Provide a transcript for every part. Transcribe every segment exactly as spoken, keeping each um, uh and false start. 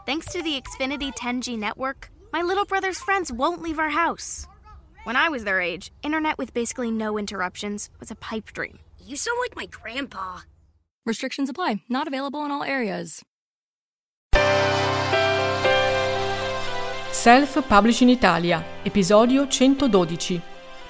Thanks to the Xfinity ten G network, my little brother's friends won't leave our house. When I was their age, internet with basically no interruptions was a pipe dream. You sound like my grandpa. Restrictions apply. Not available in all areas. Self-Publishing Italia, episodio centododici.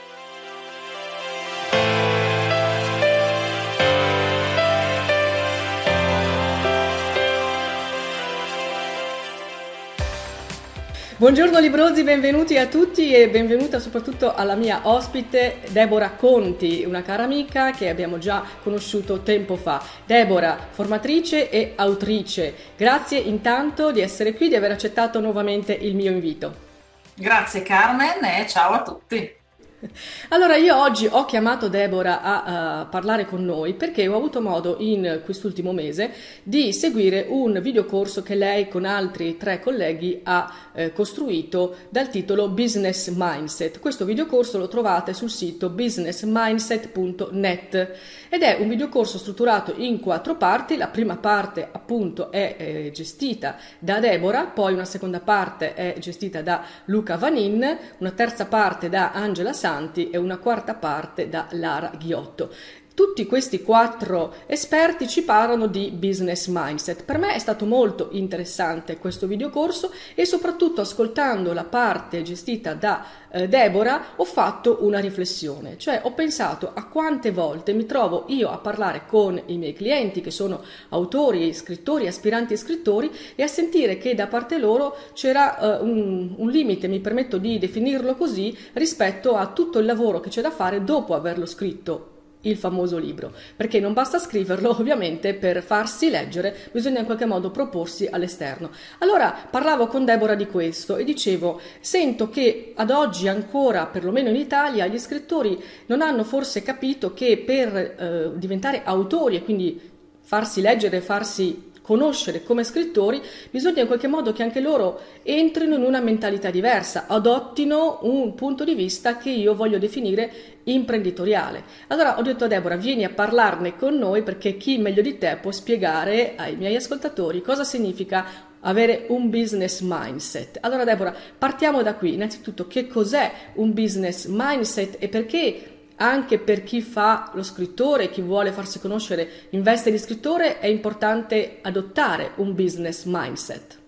Buongiorno librosi, benvenuti a tutti e benvenuta soprattutto alla mia ospite Deborah Conti, una cara amica che abbiamo già conosciuto tempo fa. Deborah, formatrice e autrice, grazie intanto di essere qui, di aver accettato nuovamente il mio invito. Grazie Carmen e ciao a tutti. Allora, io oggi ho chiamato Deborah a, a parlare con noi perché ho avuto modo in quest'ultimo mese di seguire un videocorso che lei con altri tre colleghi ha eh, costruito dal titolo Business Mindset. Questo videocorso lo trovate sul sito business mindset punto net ed è un videocorso strutturato in quattro parti. La prima parte appunto è eh, gestita da Deborah, poi una seconda parte è gestita da Luca Vanin, una terza parte da Angela Santi e una quarta parte da Lara Ghiotto. Tutti questi quattro esperti ci parlano di business mindset. Per me è stato molto interessante questo videocorso e soprattutto ascoltando la parte gestita da eh, Deborah ho fatto una riflessione, cioè ho pensato a quante volte mi trovo io a parlare con i miei clienti che sono autori, scrittori, aspiranti scrittori e a sentire che da parte loro c'era eh, un, un limite, mi permetto di definirlo così, rispetto a tutto il lavoro che c'è da fare dopo averlo scritto il famoso libro, perché non basta scriverlo ovviamente per farsi leggere, bisogna in qualche modo proporsi all'esterno. Allora parlavo con Deborah di questo e dicevo, sento che ad oggi ancora, perlomeno in Italia, gli scrittori non hanno forse capito che per eh, diventare autori e quindi farsi leggere, farsi conoscere come scrittori, bisogna in qualche modo che anche loro entrino in una mentalità diversa, adottino un punto di vista che io voglio definire imprenditoriale. Allora ho detto a Deborah, vieni a parlarne con noi perché chi meglio di te può spiegare ai miei ascoltatori cosa significa avere un business mindset. Allora Deborah, partiamo da qui. Innanzitutto, che cos'è un business mindset e perché anche per chi fa lo scrittore, chi vuole farsi conoscere in veste di scrittore, è importante adottare un business mindset?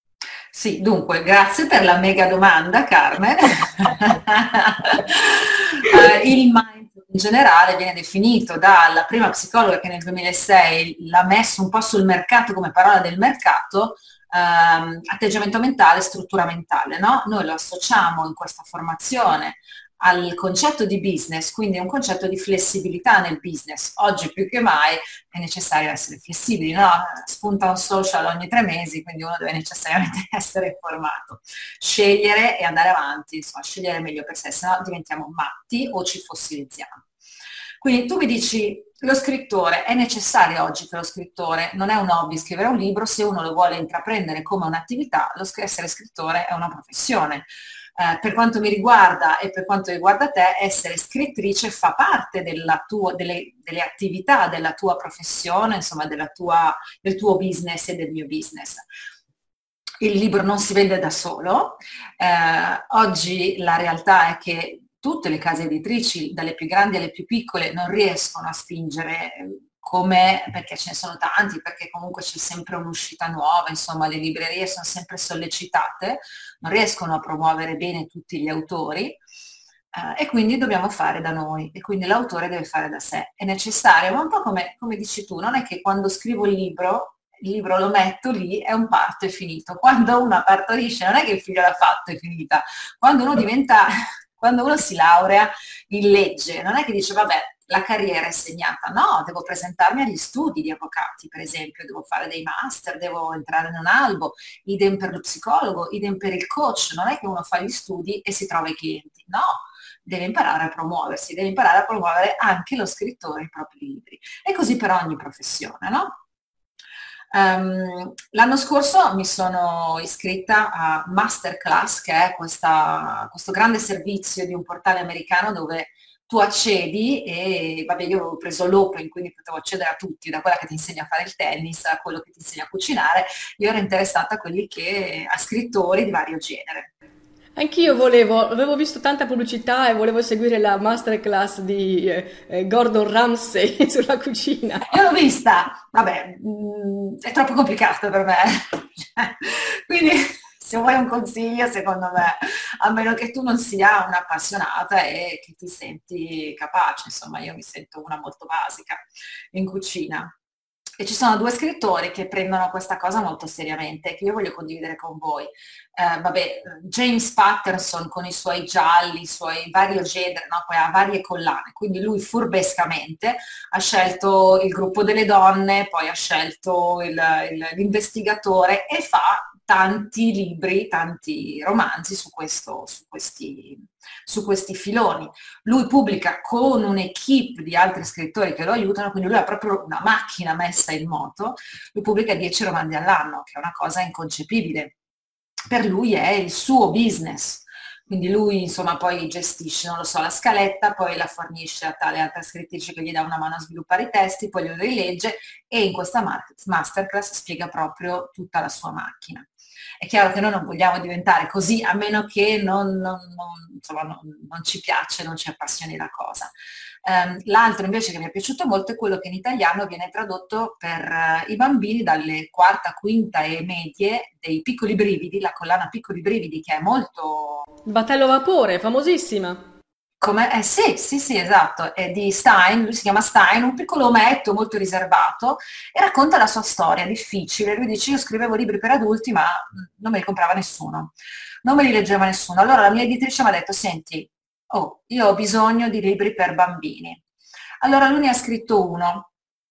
Sì, dunque, grazie per la mega domanda, Carmen. uh, il mindset in generale viene definito dalla prima psicologa che nel duemilasei l'ha messo un po' sul mercato come parola del mercato, uh, atteggiamento mentale, struttura mentale, no? Noi lo associamo in questa formazione al concetto di business, quindi è un concetto di flessibilità nel business. Oggi più che mai è necessario essere flessibili, no? Spunta un social ogni tre mesi, quindi uno deve necessariamente essere informato. Scegliere e andare avanti, insomma, scegliere meglio per sé, se no diventiamo matti o ci fossilizziamo. Quindi tu mi dici, lo scrittore, è necessario oggi che lo scrittore non è un hobby scrivere un libro, se uno lo vuole intraprendere come un'attività, lo essere scrittore è una professione. Eh, per quanto mi riguarda e per quanto riguarda te, essere scrittrice fa parte della tua, delle, delle attività della tua professione, insomma della tua, del tuo business e del mio business. Il libro non si vende da solo, eh, oggi la realtà è che tutte le case editrici, dalle più grandi alle più piccole, non riescono a spingere come, perché ce ne sono tanti, perché comunque c'è sempre un'uscita nuova, insomma le librerie sono sempre sollecitate, non riescono a promuovere bene tutti gli autori eh, e quindi dobbiamo fare da noi e quindi l'autore deve fare da sé. È necessario, ma un po' come, come dici tu, non è che quando scrivo il libro, il libro lo metto lì, è un parto, è finito. Quando uno partorisce non è che il figlio l'ha fatto, è finita. Quando uno diventa, quando uno si laurea in legge, non è che dice vabbè, la carriera è segnata, no, devo presentarmi agli studi di avvocati, per esempio, devo fare dei master, devo entrare in un albo, idem per lo psicologo, idem per il coach, non è che uno fa gli studi e si trova i clienti, no, deve imparare a promuoversi, deve imparare a promuovere anche lo scrittore i propri libri. E così per ogni professione, no? Um, l'anno scorso mi sono iscritta a Masterclass, che è questa, questo grande servizio di un portale americano dove tu accedi e vabbè, io avevo preso l'Open, quindi potevo accedere a tutti, da quella che ti insegna a fare il tennis a quello che ti insegna a cucinare. Io ero interessata a quelli che, a scrittori di vario genere. Anch'io volevo, avevo visto tanta pubblicità e volevo seguire la masterclass di eh, eh, Gordon Ramsay sulla cucina. Io l'ho vista, vabbè, mh, è troppo complicata per me. Quindi se vuoi un consiglio, secondo me, a meno che tu non sia un'appassionata e che ti senti capace, insomma, io mi sento una molto basica in cucina. E ci sono due scrittori che prendono questa cosa molto seriamente, che io voglio condividere con voi. Eh, vabbè, James Patterson con i suoi gialli, i suoi vario genere, no? Poi ha varie collane, quindi lui furbescamente ha scelto il gruppo delle donne, poi ha scelto il, il, l'investigatore e fa tanti libri, tanti romanzi su, questo, su, questi, su questi filoni. Lui pubblica con un'equipe di altri scrittori che lo aiutano, quindi lui ha proprio una macchina messa in moto, lui pubblica dieci romanzi all'anno, che è una cosa inconcepibile. Per lui è il suo business. Quindi lui insomma poi gestisce, non lo so, la scaletta, poi la fornisce a tale altra scrittrice che gli dà una mano a sviluppare i testi, poi lo rilegge e in questa masterclass spiega proprio tutta la sua macchina. È chiaro che noi non vogliamo diventare così, a meno che non, non, non, insomma, non, non ci piace, non ci appassioni la cosa. Um, l'altro invece che mi è piaciuto molto è quello che in italiano viene tradotto per uh, i bambini dalle quarta, quinta e medie dei Piccoli Brividi, la collana Piccoli Brividi, che è molto... Il battello a vapore, famosissima. Come, eh, sì, sì, sì, esatto, è di Stein, lui si chiama Stein, un piccolo ometto molto riservato e racconta la sua storia difficile. Lui dice: io scrivevo libri per adulti ma non me li comprava nessuno, non me li leggeva nessuno. Allora la mia editrice mi ha detto: senti, oh, io ho bisogno di libri per bambini. Allora lui ne ha scritto uno.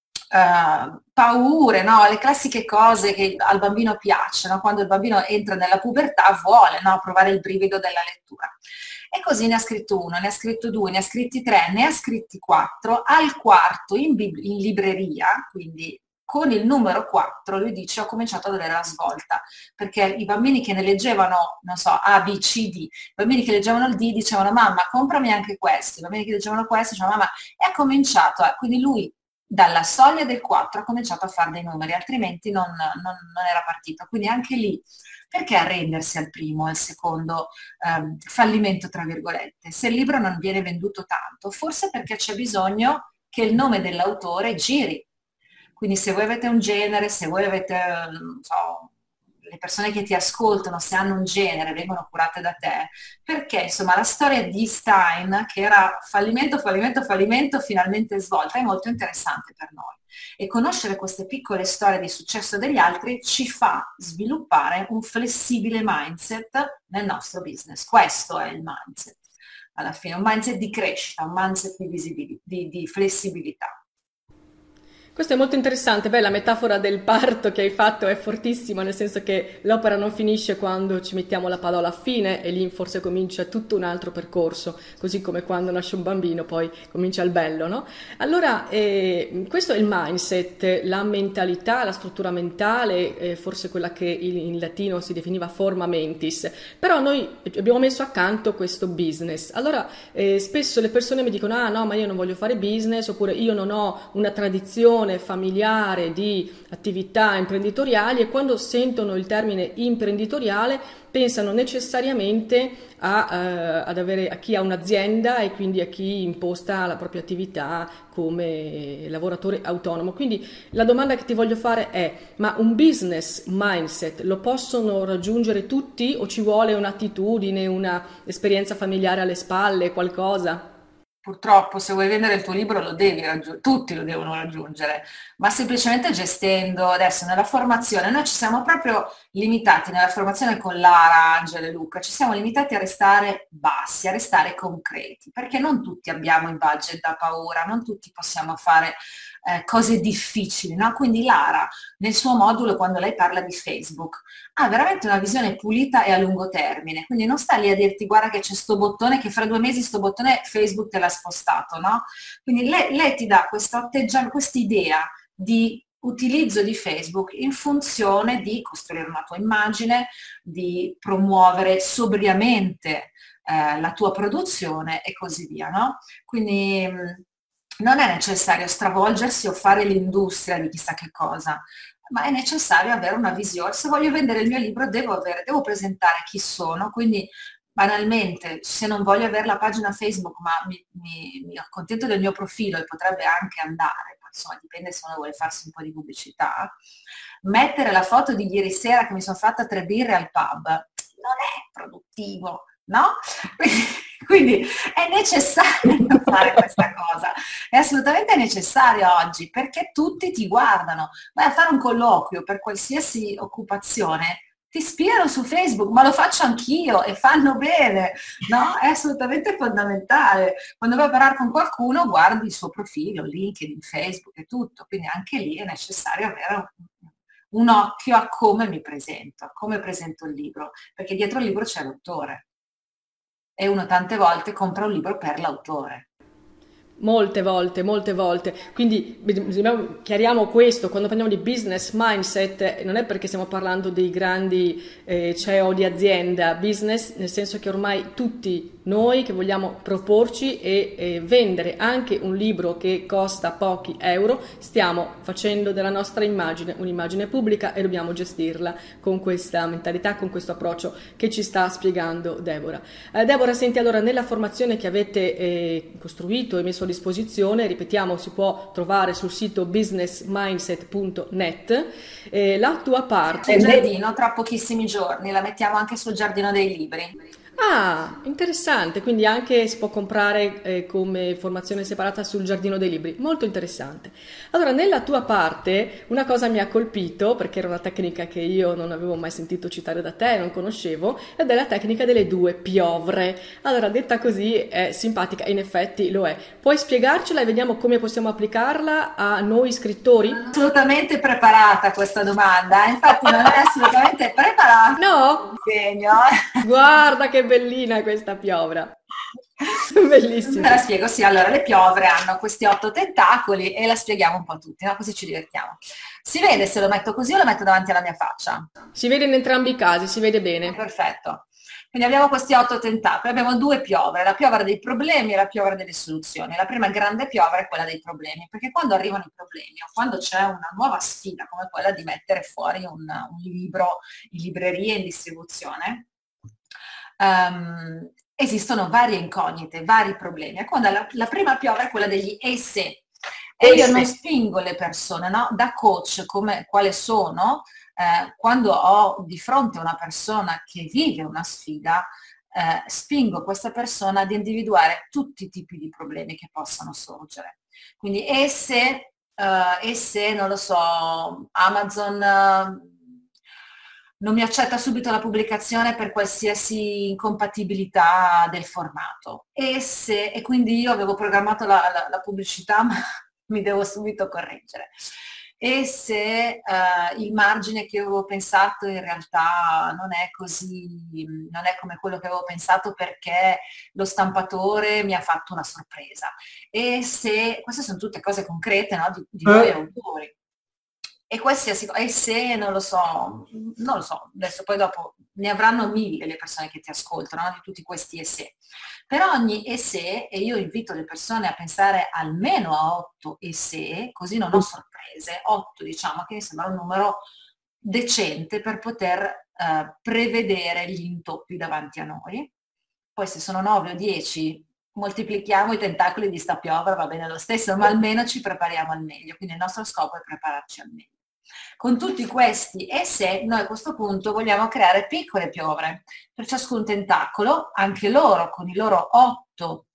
Uh, paure, no? Le classiche cose che al bambino piacciono, quando il bambino entra nella pubertà vuole, no? Provare il brivido della lettura. E così ne ha scritto uno, ne ha scritto due, ne ha scritti tre, ne ha scritti quattro. Al quarto in, in libreria, quindi con il numero quattro, lui dice: ho cominciato ad avere la svolta, perché i bambini che ne leggevano, non so, A, B, C, D, i bambini che leggevano il D dicevano: mamma, comprami anche questo, i bambini che leggevano questo dicevano: mamma, e ha cominciato, a... quindi lui dalla soglia del quattro ha cominciato a fare dei numeri, altrimenti non, non, non era partito. Quindi anche lì, perché arrendersi al primo, al secondo ehm, fallimento, tra virgolette? Se il libro non viene venduto tanto, forse perché c'è bisogno che il nome dell'autore giri. Quindi se voi avete un genere, se voi avete, non so, le persone che ti ascoltano, se hanno un genere, vengono curate da te, perché insomma la storia di Stein, che era fallimento, fallimento, fallimento, finalmente svolta, è molto interessante per noi. E conoscere queste piccole storie di successo degli altri ci fa sviluppare un flessibile mindset nel nostro business. Questo è il mindset, alla fine, un mindset di crescita, un mindset di, visibil- di, di flessibilità. Questo è molto interessante. Beh, la metafora del parto che hai fatto è fortissima, nel senso che l'opera non finisce quando ci mettiamo la parola fine e lì forse comincia tutto un altro percorso, così come quando nasce un bambino poi comincia il bello, no? Allora, eh, questo è il mindset, la mentalità, la struttura mentale, eh, forse quella che in, in latino si definiva forma mentis, però noi abbiamo messo accanto questo business. Allora, eh, spesso le persone mi dicono: ah no, ma io non voglio fare business, oppure io non ho una tradizione familiare di attività imprenditoriali, e quando sentono il termine imprenditoriale pensano necessariamente a, eh, ad avere, a chi ha un'azienda e quindi a chi imposta la propria attività come lavoratore autonomo. Quindi la domanda che ti voglio fare è: ma un business mindset lo possono raggiungere tutti o ci vuole un'attitudine, una esperienza familiare alle spalle, qualcosa? Purtroppo, se vuoi vendere il tuo libro lo devi raggiungere, tutti lo devono raggiungere, ma semplicemente gestendo. Adesso nella formazione, noi ci siamo proprio limitati, nella formazione con Lara, Angela e Luca, ci siamo limitati a restare bassi, a restare concreti, perché non tutti abbiamo il budget da paura, non tutti possiamo fare eh, cose difficili, no? Quindi Lara, nel suo modulo, quando lei parla di Facebook, ha veramente una visione pulita e a lungo termine, quindi non sta lì a dirti: guarda che c'è sto bottone, che fra due mesi sto bottone Facebook te l'ha spostato, no? Quindi lei, lei ti dà questo atteggiamento, quest'idea di utilizzo di Facebook in funzione di costruire una tua immagine, di promuovere sobriamente eh, la tua produzione e così via, no? Quindi mh, non è necessario stravolgersi o fare l'industria di chissà che cosa, ma è necessario avere una visione. Se voglio vendere il mio libro devo, avere, devo presentare chi sono, quindi banalmente, se non voglio avere la pagina Facebook, ma mi, mi, mi accontento del mio profilo e potrebbe anche andare, insomma dipende se uno vuole farsi un po' di pubblicità, mettere la foto di ieri sera che mi sono fatta tre birre al pub non è produttivo, no? Quindi è necessario fare questa cosa, è assolutamente necessario oggi, perché tutti ti guardano. Vai a fare un colloquio per qualsiasi occupazione, ti spiano su Facebook, ma lo faccio anch'io e fanno bene, no? È assolutamente fondamentale. Quando vai a parlare con qualcuno guardi il suo profilo, LinkedIn, Facebook e tutto, quindi anche lì è necessario avere un, un occhio a come mi presento, a come presento il libro, perché dietro il libro c'è l'autore e uno tante volte compra un libro per l'autore. Molte volte, molte volte. Quindi chiariamo questo, quando parliamo di business mindset non è perché stiamo parlando dei grandi eh, C E O di azienda, business nel senso che ormai tutti noi che vogliamo proporci e, e vendere anche un libro che costa pochi euro, stiamo facendo della nostra immagine un'immagine pubblica e dobbiamo gestirla con questa mentalità, con questo approccio che ci sta spiegando Deborah. Eh, Deborah, senti, allora nella formazione che avete eh, costruito e messo a disposizione, ripetiamo, si può trovare sul sito business mindset punto net, eh, la tua parte... Il giardino tra pochissimi giorni, la mettiamo anche sul giardino dei libri. Ah, interessante, quindi anche si può comprare eh, come formazione separata sul giardino dei libri, molto interessante. Allora, nella tua parte una cosa mi ha colpito, perché era una tecnica che io non avevo mai sentito citare da te, non conoscevo, ed è la tecnica delle due piovre. Allora, detta così è simpatica, in effetti lo è. Puoi spiegarcela e vediamo come possiamo applicarla a noi scrittori? Assolutamente preparata questa domanda, infatti non è assolutamente preparata. No? Segno. Guarda che bellina questa piovra. Bellissima. Te la spiego, sì, allora le piovre hanno questi otto tentacoli e la spieghiamo un po' tutti, no? Così ci divertiamo. Si vede se lo metto così o lo metto davanti alla mia faccia? Si vede in entrambi i casi, si vede bene. Perfetto. Quindi abbiamo questi otto tentacoli, abbiamo due piovre, la piovra dei problemi e la piovra delle soluzioni. La prima grande piovra è quella dei problemi, perché quando arrivano i problemi o quando c'è una nuova sfida come quella di mettere fuori un, un libro in libreria e in distribuzione, um, esistono varie incognite, vari problemi. Quando la, la prima piovra è quella degli e se. E io non spingo le persone, no? Da coach come quale sono, eh, quando ho di fronte una persona che vive una sfida, eh, spingo questa persona ad individuare tutti i tipi di problemi che possano sorgere. Quindi e se, eh, e se non lo so, Amazon eh, non mi accetta subito la pubblicazione per qualsiasi incompatibilità del formato. E, se, e quindi io avevo programmato la, la, la pubblicità, ma mi devo subito correggere. E se uh, il margine che avevo pensato in realtà non è così, non è come quello che avevo pensato perché lo stampatore mi ha fatto una sorpresa. E se, queste sono tutte cose concrete, no, di, di voi autori. E qualsiasi cosa, e se non lo so, non lo so, adesso poi dopo ne avranno mille le persone che ti ascoltano, no? Di tutti questi e se. Per ogni e se, e io invito le persone a pensare almeno a otto e se, così non ho sorprese, otto diciamo che mi sembra un numero decente per poter eh, prevedere gli intoppi davanti a noi. Poi se sono nove o dieci, moltiplichiamo i tentacoli di sta piovra, va bene lo stesso, ma almeno ci prepariamo al meglio, quindi il nostro scopo è prepararci al meglio. Con tutti questi e se, noi a questo punto vogliamo creare piccole piovre per ciascun tentacolo, anche loro con i loro otto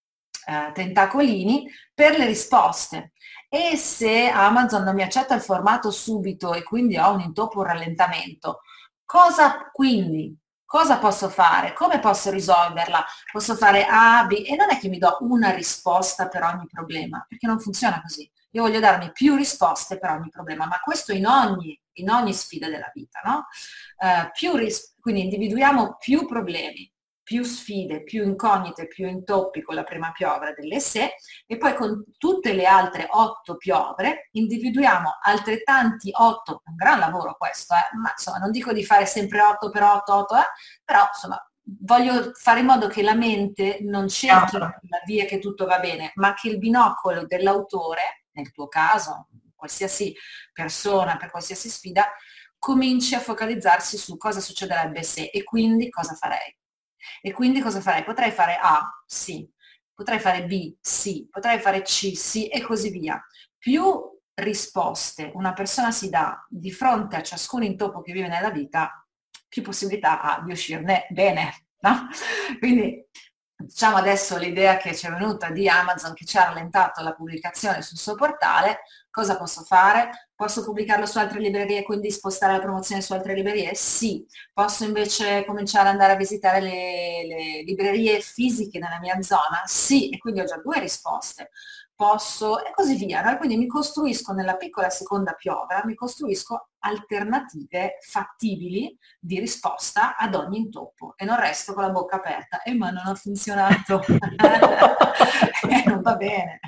eh, tentacolini, per le risposte. E se Amazon non mi accetta il formato subito e quindi ho un intoppo, un rallentamento, cosa quindi? Cosa posso fare? Come posso risolverla? Posso fare A, B e non è che mi do una risposta per ogni problema, perché non funziona così. Io voglio darmi più risposte per ogni problema, ma questo in ogni, in ogni sfida della vita, no? Uh, più ris- quindi individuiamo più problemi, più sfide, più incognite, più intoppi con la prima piovra delle se e poi con tutte le altre otto piovre individuiamo altrettanti otto, un gran lavoro questo, eh, ma insomma non dico di fare sempre otto per otto, otto, eh, però insomma voglio fare in modo che la mente non cerchi la via che tutto va bene, ma che il binocolo dell'autore, nel tuo caso, qualsiasi persona, per qualsiasi sfida, cominci a focalizzarsi su cosa succederebbe se e quindi cosa farei. E quindi cosa farei? Potrei fare A, sì, potrei fare B, sì, potrei fare C, sì, e così via. Più risposte una persona si dà di fronte a ciascun intoppo che vive nella vita, più possibilità ha di uscirne bene, no? Quindi diciamo adesso l'idea che ci è venuta di Amazon che ci ha rallentato la pubblicazione sul suo portale, cosa posso fare? Posso pubblicarlo su altre librerie e quindi spostare la promozione su altre librerie? Sì. Posso invece cominciare ad andare a visitare le, le librerie fisiche nella mia zona? Sì, e quindi ho già due risposte. Posso, e così via, no? Quindi mi costruisco nella piccola seconda piovra, mi costruisco alternative fattibili di risposta ad ogni intoppo e non resto con la bocca aperta, e eh, ma non ha funzionato, eh, non va bene.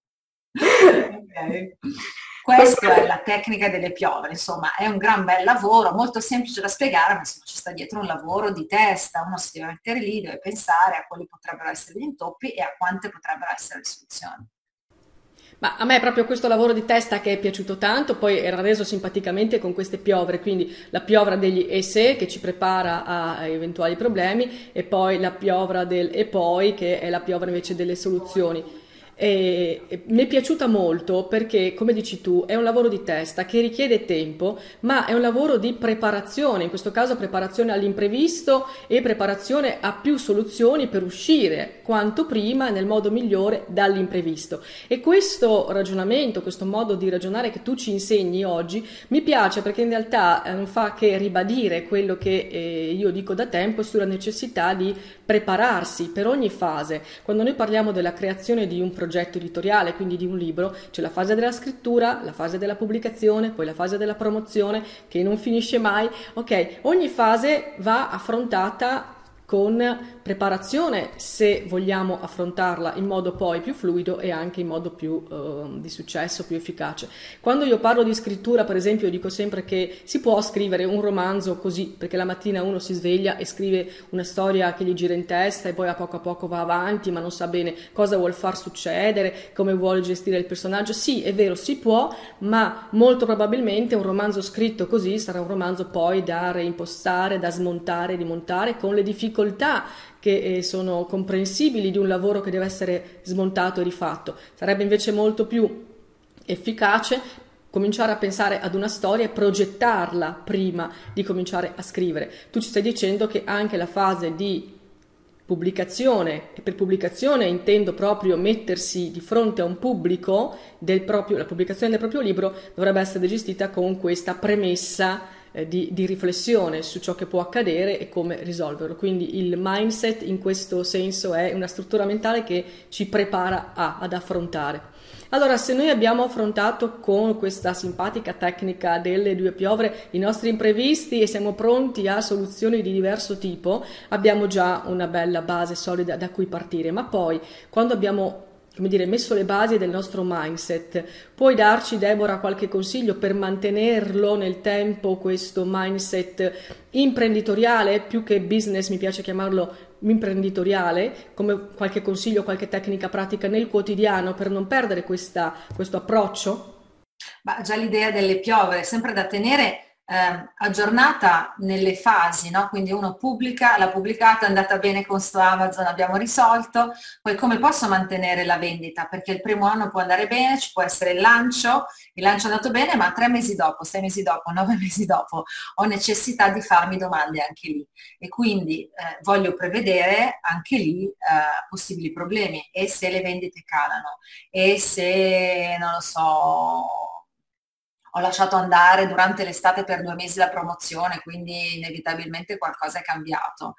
Okay. Questa è la tecnica delle piovre, insomma è un gran bel lavoro, molto semplice da spiegare, ma insomma ci sta dietro un lavoro di testa, uno si deve mettere lì, deve pensare a quali potrebbero essere gli intoppi e a quante potrebbero essere le soluzioni. Ma a me è proprio questo lavoro di testa che è piaciuto tanto, poi era reso simpaticamente con queste piovre, quindi la piovra degli e se che ci prepara a eventuali problemi e poi la piovra del e poi che è la piovra invece delle soluzioni. E, e mi è piaciuta molto perché, come dici tu, è un lavoro di testa che richiede tempo, ma è un lavoro di preparazione, in questo caso preparazione all'imprevisto e preparazione a più soluzioni per uscire quanto prima nel modo migliore dall'imprevisto. E questo ragionamento, questo modo di ragionare che tu ci insegni oggi mi piace perché in realtà non fa che ribadire quello che eh, io dico da tempo sulla necessità di prepararsi per ogni fase. Quando noi parliamo della creazione di un progetto editoriale, quindi di un libro, c'è la fase della scrittura, la fase della pubblicazione, poi la fase della promozione che non finisce mai. Ok, ogni fase va affrontata con preparazione se vogliamo affrontarla in modo poi più fluido e anche in modo più eh, di successo, più efficace. Quando io parlo di scrittura, per esempio, io dico sempre che si può scrivere un romanzo così, perché la mattina uno si sveglia e scrive una storia che gli gira in testa e poi a poco a poco va avanti, ma non sa bene cosa vuol far succedere, come vuole gestire il personaggio. Sì, è vero, si può, ma molto probabilmente un romanzo scritto così sarà un romanzo poi da reimpostare, da smontare, rimontare con le difficoltà che sono comprensibili di un lavoro che deve essere smontato e rifatto. Sarebbe invece molto più efficace cominciare a pensare ad una storia e progettarla prima di cominciare a scrivere. Tu ci stai dicendo che anche la fase di pubblicazione, e per pubblicazione intendo proprio mettersi di fronte a un pubblico, del proprio, la pubblicazione del proprio libro dovrebbe essere gestita con questa premessa Di, di riflessione su ciò che può accadere e come risolverlo. Quindi il mindset in questo senso è una struttura mentale che ci prepara a, ad affrontare. Allora, se noi abbiamo affrontato con questa simpatica tecnica delle due piovre i nostri imprevisti e siamo pronti a soluzioni di diverso tipo, abbiamo già una bella base solida da cui partire. Ma poi, quando abbiamo come dire, messo le basi del nostro mindset, puoi darci, Deborah, qualche consiglio per mantenerlo nel tempo, questo mindset imprenditoriale, più che business, mi piace chiamarlo imprenditoriale, come qualche consiglio, qualche tecnica pratica nel quotidiano per non perdere questa, questo approccio? Ma già l'idea delle piovre, sempre da tenere Eh, aggiornata nelle fasi, no? Quindi uno pubblica, l'ha pubblicata, è andata bene con sto Amazon, abbiamo risolto, poi come posso mantenere la vendita? Perché il primo anno può andare bene, ci può essere il lancio, il lancio è andato bene, ma tre mesi dopo, sei mesi dopo, nove mesi dopo ho necessità di farmi domande anche lì e quindi eh, voglio prevedere anche lì eh, possibili problemi e se le vendite calano e se, non lo so, ho lasciato andare durante l'estate per due mesi la promozione, quindi inevitabilmente qualcosa è cambiato.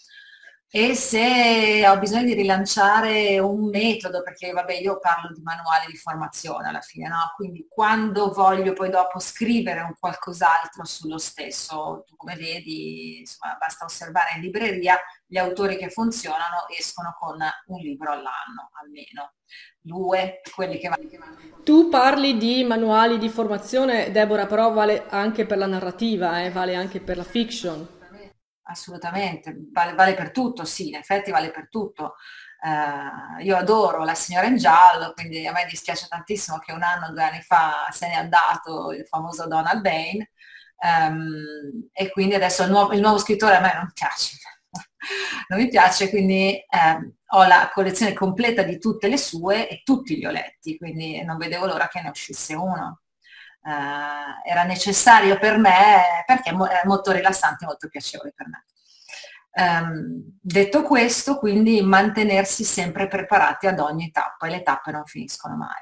E se ho bisogno di rilanciare un metodo, perché vabbè io parlo di manuale di formazione alla fine, no? Quindi quando voglio poi dopo scrivere un qualcos'altro sullo stesso, tu come vedi, insomma, basta osservare in libreria, gli autori che funzionano escono con un libro all'anno, almeno. Due, quelli che vanno. Tu parli di manuali di formazione, Deborah, però vale anche per la narrativa, eh? Vale anche per la fiction. assolutamente, vale, vale per tutto, sì, in effetti vale per tutto. Uh, io adoro La signora in giallo, quindi a me dispiace tantissimo che un anno, due anni fa se n'è andato il famoso Donald Bain, um, e quindi adesso il nuovo, il nuovo scrittore a me non piace, non mi piace, quindi um, ho la collezione completa di tutte le sue e tutti li ho letti, quindi non vedevo l'ora che ne uscisse uno. Uh, era necessario per me perché è molto rilassante e molto piacevole per me. Um, detto questo, quindi mantenersi sempre preparati ad ogni tappa, e le tappe non finiscono mai.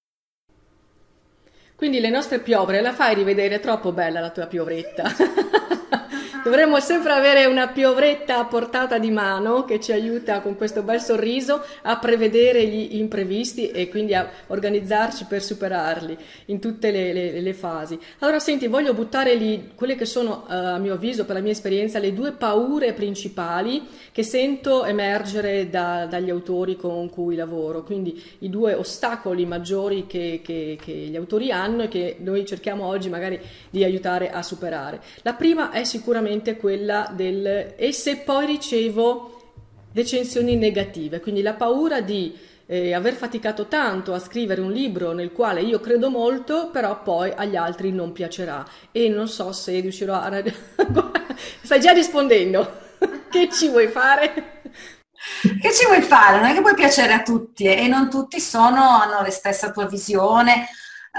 Quindi le nostre piovre la fai rivedere, è troppo bella la tua piovretta. Dovremmo sempre avere una piovretta a portata di mano che ci aiuta con questo bel sorriso a prevedere gli imprevisti e quindi a organizzarci per superarli in tutte le, le, le fasi. Allora senti, voglio buttare lì quelle che sono, a mio avviso, per la mia esperienza, le due paure principali che sento emergere da, dagli autori con cui lavoro, quindi i due ostacoli maggiori che, che, che gli autori hanno e che noi cerchiamo oggi magari di aiutare a superare. La prima è sicuramente quella del e se poi ricevo recensioni negative, quindi la paura di eh, aver faticato tanto a scrivere un libro nel quale io credo molto, però poi agli altri non piacerà e non so se riuscirò a... Stai già rispondendo. Che ci vuoi fare? Che ci vuoi fare? Non è che puoi piacere a tutti e non tutti sono, hanno la stessa tua visione.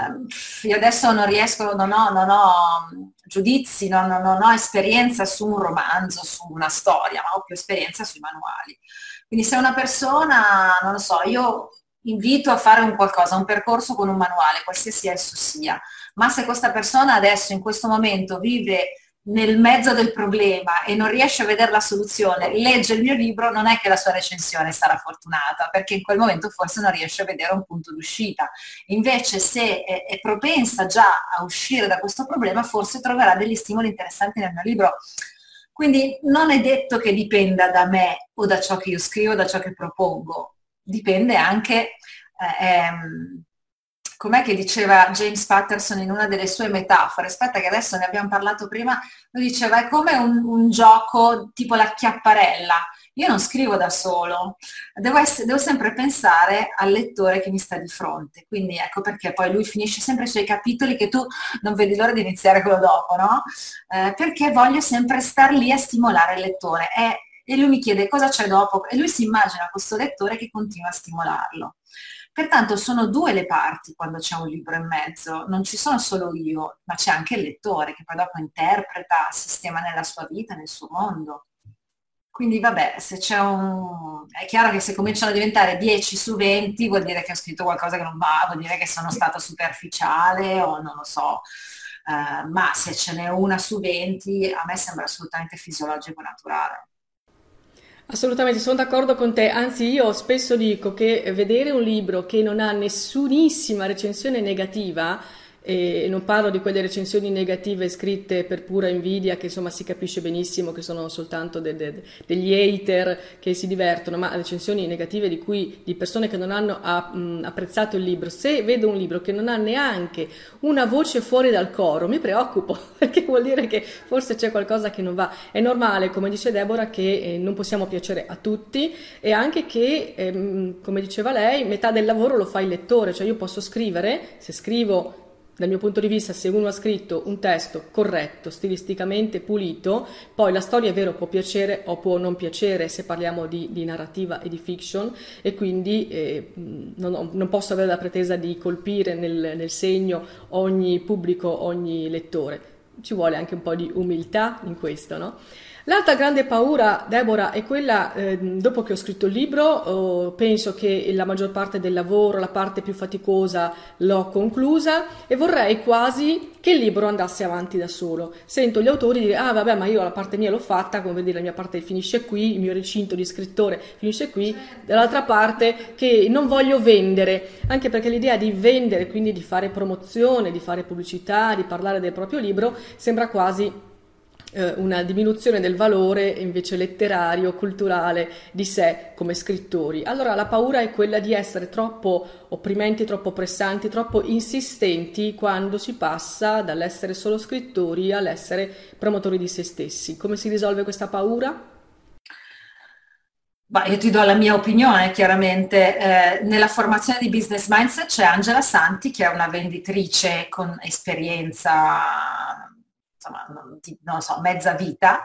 Io adesso non riesco, non ho, non ho giudizi, non, non ho esperienza su un romanzo, su una storia, ma ho più esperienza sui manuali. Quindi se una persona, non lo so, io invito a fare un qualcosa, un percorso con un manuale, qualsiasi esso sia, ma se questa persona adesso in questo momento vive nel mezzo del problema e non riesce a vedere la soluzione, legge il mio libro, non è che la sua recensione sarà fortunata, perché in quel momento forse non riesce a vedere un punto d'uscita. Invece se è, è propensa già a uscire da questo problema, forse troverà degli stimoli interessanti nel mio libro. Quindi non è detto che dipenda da me o da ciò che io scrivo, da ciò che propongo, dipende anche... Eh, ehm, com'è che diceva James Patterson in una delle sue metafore? Aspetta che adesso ne abbiamo parlato prima, lui diceva è come un, un gioco tipo la chiapparella. Io non scrivo da solo, devo, essere, devo sempre pensare al lettore che mi sta di fronte, quindi ecco perché poi lui finisce sempre i suoi capitoli che tu non vedi l'ora di iniziare quello dopo, no? Eh, perché voglio sempre star lì a stimolare il lettore e, e lui mi chiede cosa c'è dopo e lui si immagina questo lettore che continua a stimolarlo. Pertanto sono due le parti quando c'è un libro in mezzo, non ci sono solo io, ma c'è anche il lettore che poi dopo interpreta, sistema nella sua vita, nel suo mondo. Quindi vabbè, se c'è un... è chiaro che se cominciano a diventare dieci su venti vuol dire che ho scritto qualcosa che non va, vuol dire che sono stata superficiale o non lo so, uh, ma se ce n'è una su venti a me sembra assolutamente fisiologico e naturale. Assolutamente, sono d'accordo con te, anzi io spesso dico che vedere un libro che non ha nessunissima recensione negativa, e non parlo di quelle recensioni negative scritte per pura invidia che insomma si capisce benissimo che sono soltanto de- de- degli hater che si divertono, ma recensioni negative di cui di persone che non hanno a, mh, apprezzato il libro. Se vedo un libro che non ha neanche una voce fuori dal coro mi preoccupo, perché vuol dire che forse c'è qualcosa che non va. È normale, come dice Deborah, che eh, non possiamo piacere a tutti e anche che ehm, come diceva lei, metà del lavoro lo fa il lettore, cioè io posso scrivere, se scrivo dal mio punto di vista, se uno ha scritto un testo corretto, stilisticamente pulito, poi la storia è vero può piacere o può non piacere se parliamo di, di narrativa e di fiction e quindi eh, non, ho, non posso avere la pretesa di colpire nel, nel segno ogni pubblico, ogni lettore. Ci vuole anche un po' di umiltà in questo, no? L'altra grande paura, Deborah, è quella, eh, dopo che ho scritto il libro, oh, penso che la maggior parte del lavoro, la parte più faticosa l'ho conclusa e vorrei quasi che il libro andasse avanti da solo. Sento gli autori dire, ah vabbè, ma io la parte mia l'ho fatta, come vedi la mia parte finisce qui, il mio recinto di scrittore finisce qui, dall'altra parte che non voglio vendere, anche perché l'idea di vendere, quindi di fare promozione, di fare pubblicità, di parlare del proprio libro, sembra quasi eh, una diminuzione del valore invece letterario, culturale di sé come scrittori. Allora la paura è quella di essere troppo opprimenti, troppo pressanti, troppo insistenti quando si passa dall'essere solo scrittori all'essere promotori di se stessi. Come si risolve questa paura? Ma io ti do la mia opinione, chiaramente. Eh, nella formazione di Business Mindset c'è Angela Santi, che è una venditrice con esperienza, insomma, non, di- non lo so, mezza vita,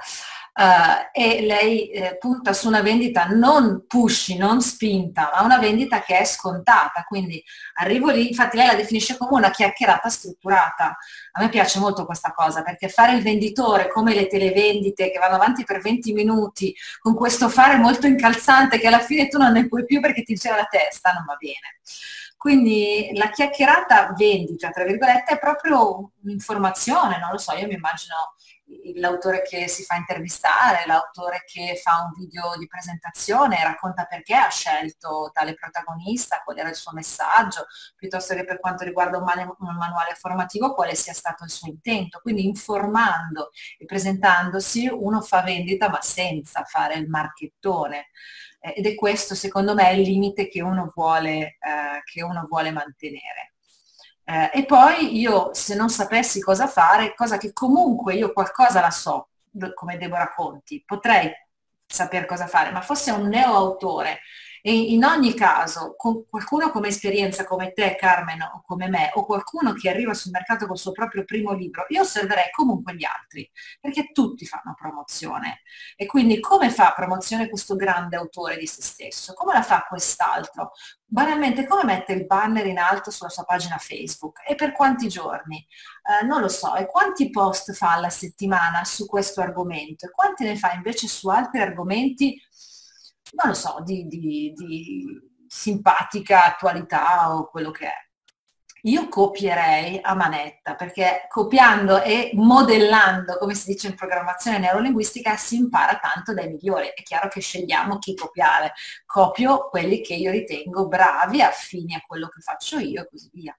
eh, e lei eh, punta su una vendita non pushy, non spinta, ma una vendita che è scontata. Quindi arrivo lì, infatti lei la definisce come una chiacchierata strutturata. A me piace molto questa cosa, perché fare il venditore come le televendite che vanno avanti per venti minuti, con questo fare molto incalzante che alla fine tu non ne puoi più perché ti gira la testa, non va bene. Quindi la chiacchierata vendita, tra virgolette, è proprio un'informazione, non lo so, io mi immagino l'autore che si fa intervistare, l'autore che fa un video di presentazione, racconta perché ha scelto tale protagonista, qual era il suo messaggio, piuttosto che per quanto riguarda un, manu- un manuale formativo quale sia stato il suo intento. Quindi informando e presentandosi uno fa vendita ma senza fare il marchettone. Eh, ed è questo secondo me il limite che uno vuole, eh, che uno vuole mantenere. Eh, e poi io se non sapessi cosa fare, cosa che comunque io qualcosa la so, come Deborah Conti, potrei sapere cosa fare, ma fosse un neo autore e in ogni caso con qualcuno come esperienza come te Carmen o come me o qualcuno che arriva sul mercato col suo proprio primo libro, io osserverei comunque gli altri, perché tutti fanno promozione e quindi come fa promozione questo grande autore di se stesso? Come la fa quest'altro? Banalmente come mette il banner in alto sulla sua pagina Facebook e per quanti giorni? Eh, non lo so, e quanti post fa alla settimana su questo argomento e quanti ne fa invece su altri argomenti, non lo so, di, di, di simpatica attualità o quello che è. Io copierei a manetta, perché copiando e modellando, come si dice in programmazione neurolinguistica, si impara tanto dai migliori. È chiaro che scegliamo chi copiare. Copio quelli che io ritengo bravi, affini a quello che faccio io e così via.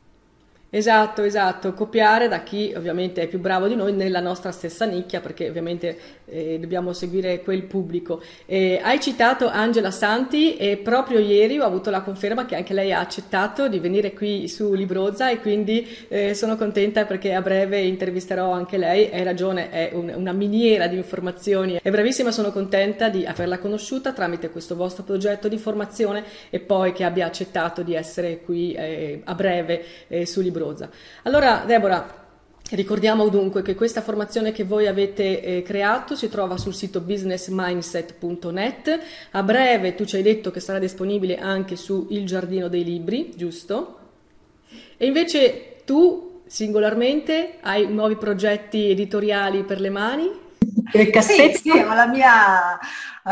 Esatto, esatto, copiare da chi ovviamente è più bravo di noi nella nostra stessa nicchia, perché ovviamente eh, dobbiamo seguire quel pubblico. Eh, hai citato Angela Santi e proprio ieri ho avuto la conferma che anche lei ha accettato di venire qui su Librozza e quindi eh, sono contenta perché a breve intervisterò anche lei. Hai ragione, è un- una miniera di informazioni, è bravissima, sono contenta di averla conosciuta tramite questo vostro progetto di formazione e poi che abbia accettato di essere qui eh, a breve eh, su Librozza. Allora, Deborah, ricordiamo dunque che questa formazione che voi avete eh, creato si trova sul sito business mindset punto net. A breve tu ci hai detto che sarà disponibile anche su Il Giardino dei Libri, giusto? E invece tu singolarmente hai nuovi progetti editoriali per le mani? Che cassetto? Sì, sì, ho la mia, eh,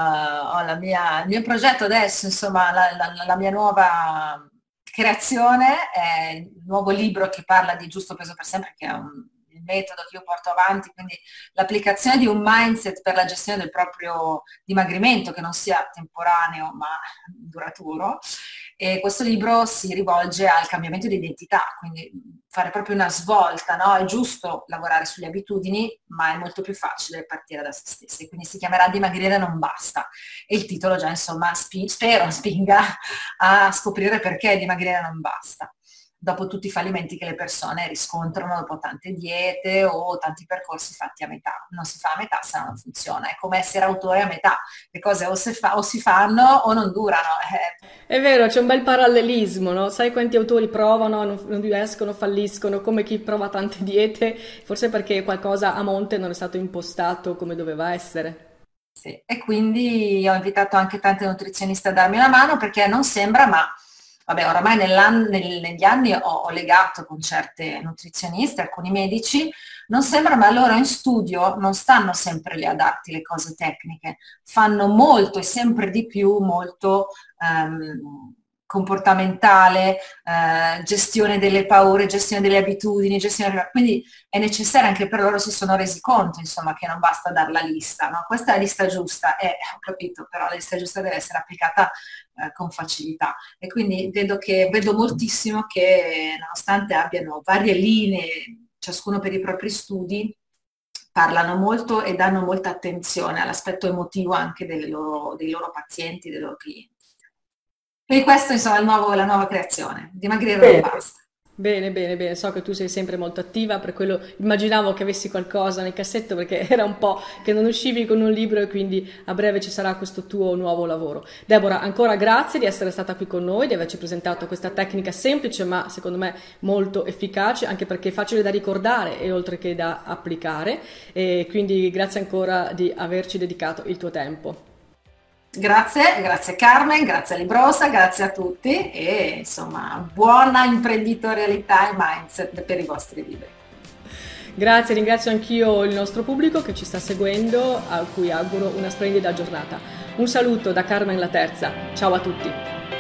ho la mia, il mio progetto adesso, insomma, la, la- la mia nuova creazione è il nuovo libro che parla di Giusto Peso per Sempre, che è un- il metodo che io porto avanti, quindi l'applicazione di un mindset per la gestione del proprio dimagrimento, che non sia temporaneo ma duraturo. E questo libro si rivolge al cambiamento di identità, quindi fare proprio una svolta, no? È giusto lavorare sulle abitudini, ma è molto più facile partire da se stessi. Quindi si chiamerà Dimagrire non basta. E il titolo già, insomma, spi- spero spinga a scoprire perché dimagrire non basta, dopo tutti i fallimenti che le persone riscontrano dopo tante diete o tanti percorsi fatti a metà. Non si fa a metà se no non funziona, è come essere autore a metà, le cose o si, fa- o si fanno o non durano. Eh, È vero, c'è un bel parallelismo, no? Sai quanti autori provano, non, non riescono, falliscono, come chi prova tante diete, forse perché qualcosa a monte non è stato impostato come doveva essere. Sì, e quindi ho invitato anche tante nutrizioniste a darmi una mano perché non sembra, ma vabbè, oramai nell'an- nel- negli anni ho, ho legato con certe nutrizioniste, alcuni medici, non sembra, ma loro in studio non stanno sempre lì a darti le cose tecniche, fanno molto e sempre di più molto ehm, comportamentale, eh, gestione delle paure, gestione delle abitudini, gestione... quindi è necessario anche per loro, si sono resi conto, insomma, che non basta dare la lista, no? Questa è la lista giusta, e ho capito, però la lista giusta deve essere applicata eh, con facilità. E quindi vedo che vedo moltissimo che nonostante abbiano varie linee, ciascuno per i propri studi, parlano molto e danno molta attenzione all'aspetto emotivo anche delle loro, dei loro pazienti, dei loro clienti. E questo insomma è il nuovo, la nuova creazione, dimagrire non basta. Bene, bene, bene, so che tu sei sempre molto attiva, per quello immaginavo che avessi qualcosa nel cassetto perché era un po' che non uscivi con un libro e quindi a breve ci sarà questo tuo nuovo lavoro. Deborah, ancora grazie di essere stata qui con noi, di averci presentato questa tecnica semplice ma secondo me molto efficace, anche perché è facile da ricordare e oltre che da applicare, e quindi grazie ancora di averci dedicato il tuo tempo. Grazie, grazie Carmen, grazie a Librosa, grazie a tutti e insomma buona imprenditorialità e mindset per i vostri libri. Grazie, ringrazio anch'io il nostro pubblico che ci sta seguendo, a cui auguro una splendida giornata. Un saluto da Carmen La Terza, ciao a tutti.